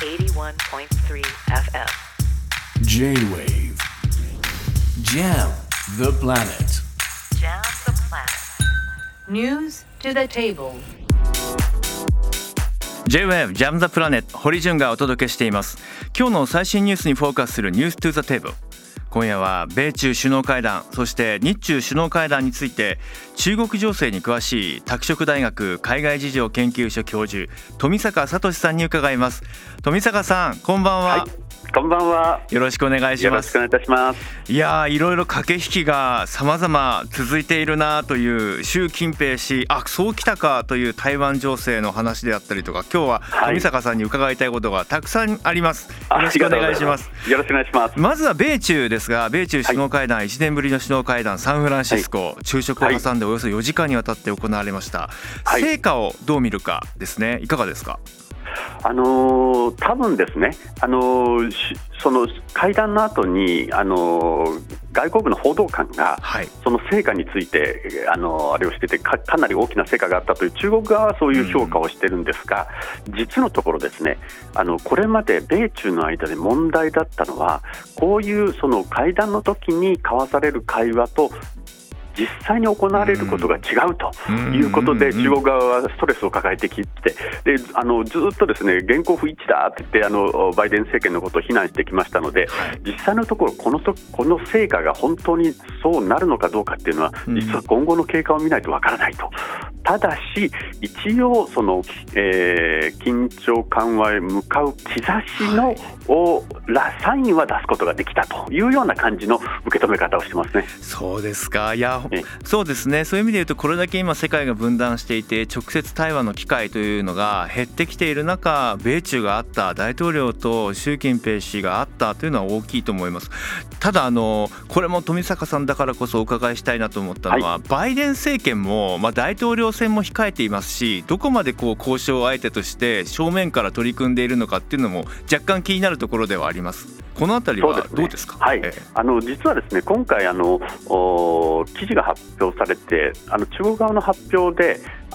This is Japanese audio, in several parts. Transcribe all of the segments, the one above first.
81.3 FM J-Wave Jam the planet. Jam the planet. News to the table. J-Wave Jam the Planet 堀潤がお届けしています。今日の最新ニュースにフォーカスするニュース to the table。今夜は米中首脳会談、そして日中首脳会談について中国情勢に詳しい拓殖大学海外事情研究所教授富坂聡さんに伺います。富坂さん、こんばんは。 はい、こんばんは。 よろしくお願いします。 よろしくお願いいたします。 いやいろいろ駆け引きが様々続いているなという習近平氏、そうきたかという台湾情勢の話であったりとか、今日は富坂さんに伺いたいことがたくさんあります。よろしくお願いします。 よろしくお願いします。 まずは米中ですが、米中首脳会談、1年ぶりの首脳会談、サンフランシスコ、昼食を挟んでおよそ4時間にわたって行われました。成果をどう見るかですね。いかがですか？ 多分ですね、その会談の後に外交部の報道官が、その成果についてあれをしてて かなり大きな成果があったという中国側はそういう評価をしてるんですが、実のところですね、これまで米中の間で問題だったのは、こういうその会談の時に交わされる会話と実際に行われることが違うということで、中国側はストレスを抱えてきて、でずっとですね、言行不一致だって言ってバイデン政権のことを非難してきましたので、実際のところこの成果が本当にそうなるのかどうかっていうのは、実は今後の経過を見ないとわからないと。ただし一応その、緊張緩和へ向かう兆しの、サインは出すことができたというような感じの受け止め方をしてますね。 そうですか。いや、そうですね。そういう意味で言うと、これだけ今世界が分断していて直接対話の機会というのが減ってきている中、米中があった、大統領と習近平氏があったというのは大きいと思います。ただこれも富坂さんだからこそお伺いしたいなと思ったのは、バイデン政権も、大統領選も控えていますし、どこまで交渉相手として正面から取り組んでいるのかっていうのも若干気になるところではあります。このあたりはどうですか？ 実はですね、今回記事が発表されて、中国側の発表で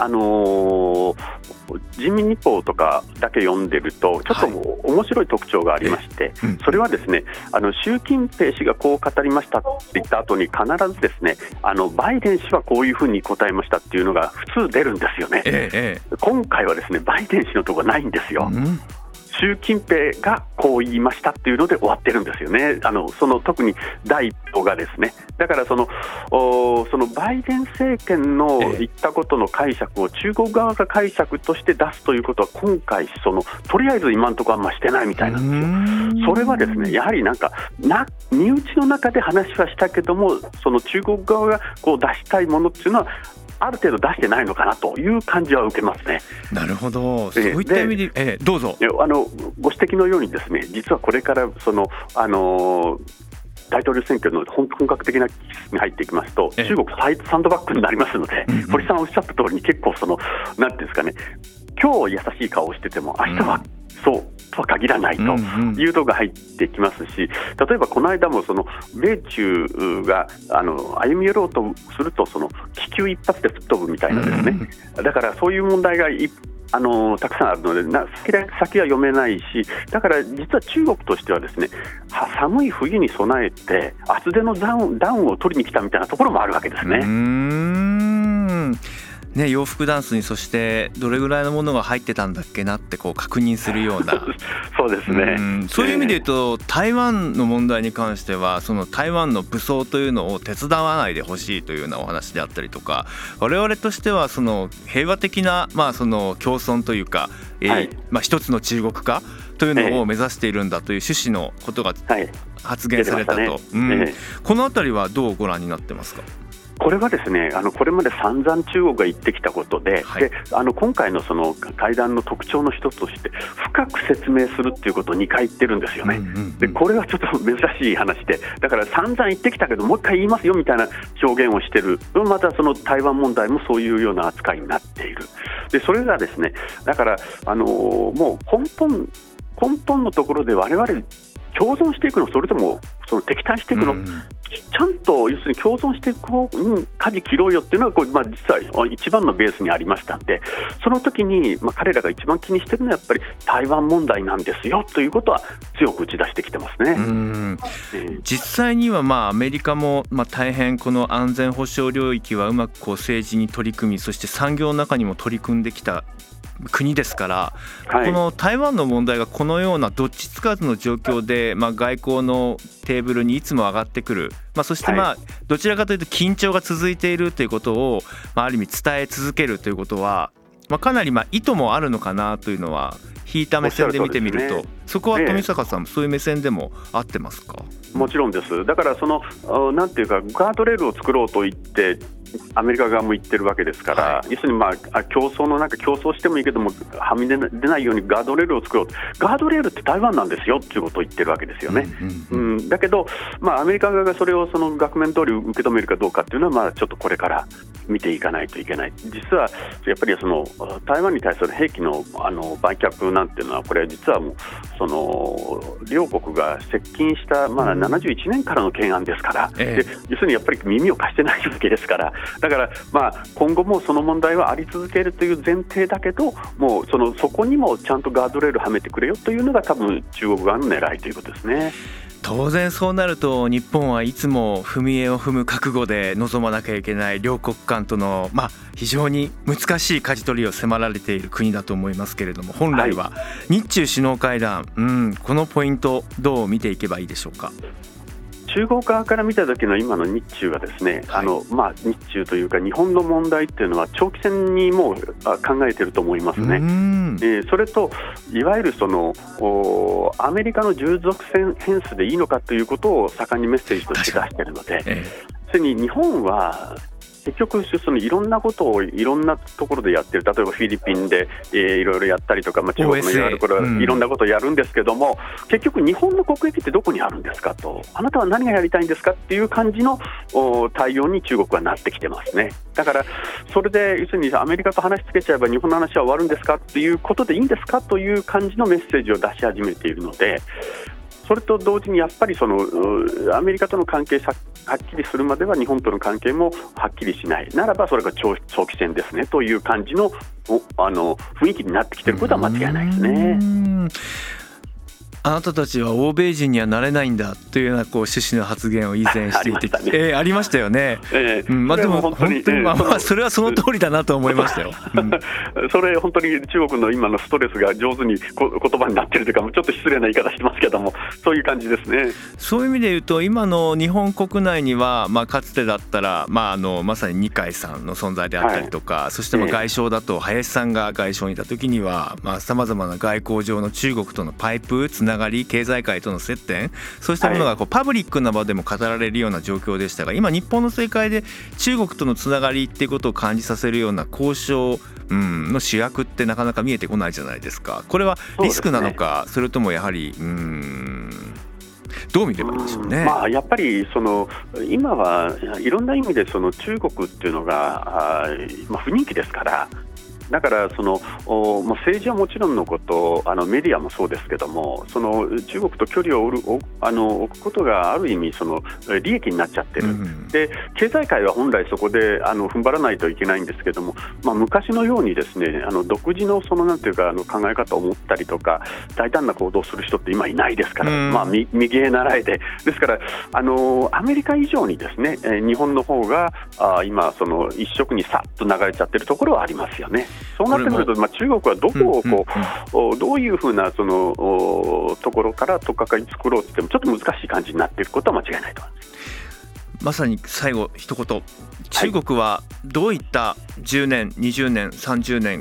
人民日報とかだけ読んでるとちょっと面白い特徴がありまして、それはですね、習近平氏がこう語りましたって言った後に必ずですね、バイデン氏はこういうふうに答えましたっていうのが普通出るんですよね。今回はですね、バイデン氏のところがないんですよ。習近平がこう言いましたっていうので終わってるんですよね。特に第一報がですね、だからそのバイデン政権の言ったことの解釈を中国側が解釈として出すということは、今回とりあえず今のところはしてないみたいなんですよ。それはですね、やはり身内の中で話はしたけども、その中国側がこう出したいものっていうのはある程度出してないのかなという感じは受けますね。 なるほど。そういった意味で、どうぞ。 ご指摘のようにですね、実はこれから大統領選挙の本格的な期に入っていきますと、中国サンドバッグになりますので、堀さんおっしゃった通りに結構なんていうんですかね、今日優しい顔をしてても明日はそうとは限らないというのが入ってきますし、例えばこの間も米中が歩み寄ろうとすると気球一発で吹っ飛ぶみたいなですね、だからそういう問題がたくさんあるので先は読めないし、だから実は中国としてはですね、寒い冬に備えて厚手のダウンを取りに来たみたいなところもあるわけですね。 洋服ダンスに、そしてどれぐらいのものが入ってたんだっけなって確認するようなそうですね。 そういう意味で言うと、台湾の問題に関しては台湾の武装というのを手伝わないでほしいというようなお話であったりとか、我々としては平和的な、共存というか、一つの中国化というのを目指しているんだという趣旨のことが発言されたと、このあたりはどうご覧になってますか？ これはですね、これまで散々中国が言ってきたことで、今回の会談の特徴の一つとして深く説明するっていうことを2回言ってるんですよね。でこれはちょっと珍しい話で、だから散々言ってきたけどもう一回言いますよみたいな表現をしてる。また台湾問題もそういうような扱いになっている。でそれがですね、だからもう根本のところで我々共存していくの、それとも敵対していくの、 ちゃんと要するに共存していく方に舵切ろうよっていうのが実は一番のベースにありましたんで、その時に彼らが一番気にしているのはやっぱり台湾問題なんですよということは強く打ち出してきてますね。 実際にはアメリカも大変この安全保障領域はうまく政治に取り組み、そして産業の中にも取り組んできた国ですから、この台湾の問題がこのようなどっちつかずの状況で、外交のテーブルにいつも上がってくる、そしてどちらかというと緊張が続いているということを、ある意味伝え続けるということは、かなり意図もあるのかなというのは引いた目線で見てみると、そこは富坂さんもそういう目線でも合ってますか？ もちろんです。だからなんていうかガードレールを作ろうと言ってアメリカ側も言ってるわけですから、要するに競争してもいいけどもはみ出ないようにガードレールを作ろう。ガードレールって台湾なんですよっていうことを言ってるわけですよね。だけど、アメリカ側がそれを額面通り受け止めるかどうかっていうのはちょっとこれから見ていかないといけない。実はやっぱり台湾に対する兵器の売却なんていうのはこれ実はもう両国が接近した71年からの懸案ですから、で要するにやっぱり耳を貸してないわけですから、だから今後もその問題はあり続けるという前提だけど、もうそこにもちゃんとガードレールはめてくれよというのが多分中国側の狙いということですね。 当然そうなると日本はいつも踏み絵を踏む覚悟で臨まなきゃいけない、両国間との非常に難しい舵取りを迫られている国だと思いますけれども、本来は日中首脳会談、このポイントどう見ていけばいいでしょうか？ 中国側から見た時の今の日中はですね、日中というか日本の問題っていうのは長期戦にもう考えていると思いますね。それといわゆるアメリカの従属変数でいいのかということを盛んにメッセージとして出しているので、それに日本は結局いろんなことをいろんなところでやってる。例えばフィリピンでいろいろやったりとか、中国のいろんなことをやるんですけども、結局日本の国益ってどこにあるんですかと、あなたは何がやりたいんですかっていう感じの対応に中国はなってきてますね。だからそれで要するにアメリカと話つけちゃえば日本の話は終わるんですかっていうことでいいんですかという感じのメッセージを出し始めているので、それと同時にやっぱりアメリカとの関係はっきりするまでは日本との関係もはっきりしないならば、それが長期戦ですねという感じの雰囲気になってきていることは間違いないですね。 あなたたちは欧米人にはなれないんだというような趣旨の発言を以前していてありましたよね。でも本当にそれはその通りだなと思いましたよ。 それ本当に中国の今のストレスが上手に言葉になっているというか、ちょっと失礼な言い方してますけども、そういう感じですね。 そういう意味で言うと今の日本国内には、かつてだったら、まさに二階さんの存在であったりとか、そして外相だと林さんが外相にいた時にはさまざまな外交上の中国とのパイプつながり、経済界との接点、そうしたものがパブリックな場でも語られるような状況でしたが、今日本の政界で中国とのつながりっていうことを感じさせるような交渉の主役ってなかなか見えてこないじゃないですか。これはリスクなのか、それともやはりどう見ればいいでしょうね。 やっぱり今はいろんな意味で中国っていうのが不人気ですから、だから政治はもちろんのことメディアもそうですけども、中国と距離を置くことがある意味利益になっちゃってる。で経済界は本来そこで踏ん張らないといけないんですけども、昔のようにですね独自のなんていうか考え方を持ったりとか大胆な行動をする人って今いないですから、右へ習えで、ですからアメリカ以上にですね日本の方が今一色にさっと流れちゃってるところはありますよね。そうなってくると、中国はどこをどういうふうなところから取っかかり作ろうといってもちょっと難しい感じになっていることは間違いないと思います。 まさに最後一言、中国はどういった10年20年30年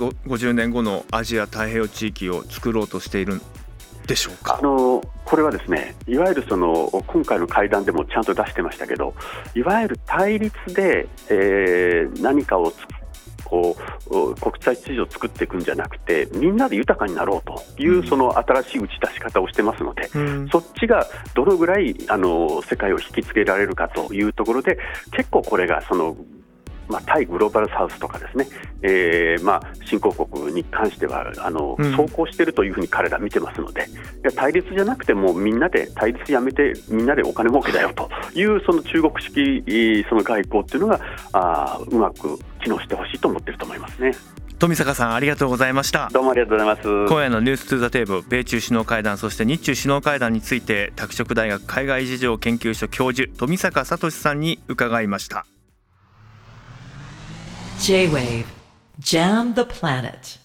50年後のアジア太平洋地域を作ろうとしているんでしょうか。 これはですね、いわゆる今回の会談でもちゃんと出してましたけど、いわゆる対立で、何かを国際秩序を作っていくんじゃなくて、みんなで豊かになろうという新しい打ち出し方をしてますので、そっちがどのぐらい世界を引きつけられるかというところで、結構これが対グローバルサウスとかですね、新興国に関しては走行しているというふうに彼ら見てますので、対立じゃなくてもみんなで対立やめてみんなでお金儲けだよというその中国式その外交っていうのがうまく機能してほしいと思っていると思いますね。 富坂さん、ありがとうございました。 どうもありがとうございます。 今夜のニューストゥザテーブル、米中首脳会談、そして日中首脳会談について拓殖大学海外事情研究所教授富坂聡さんに伺いました。 J-Wave Jam the Planet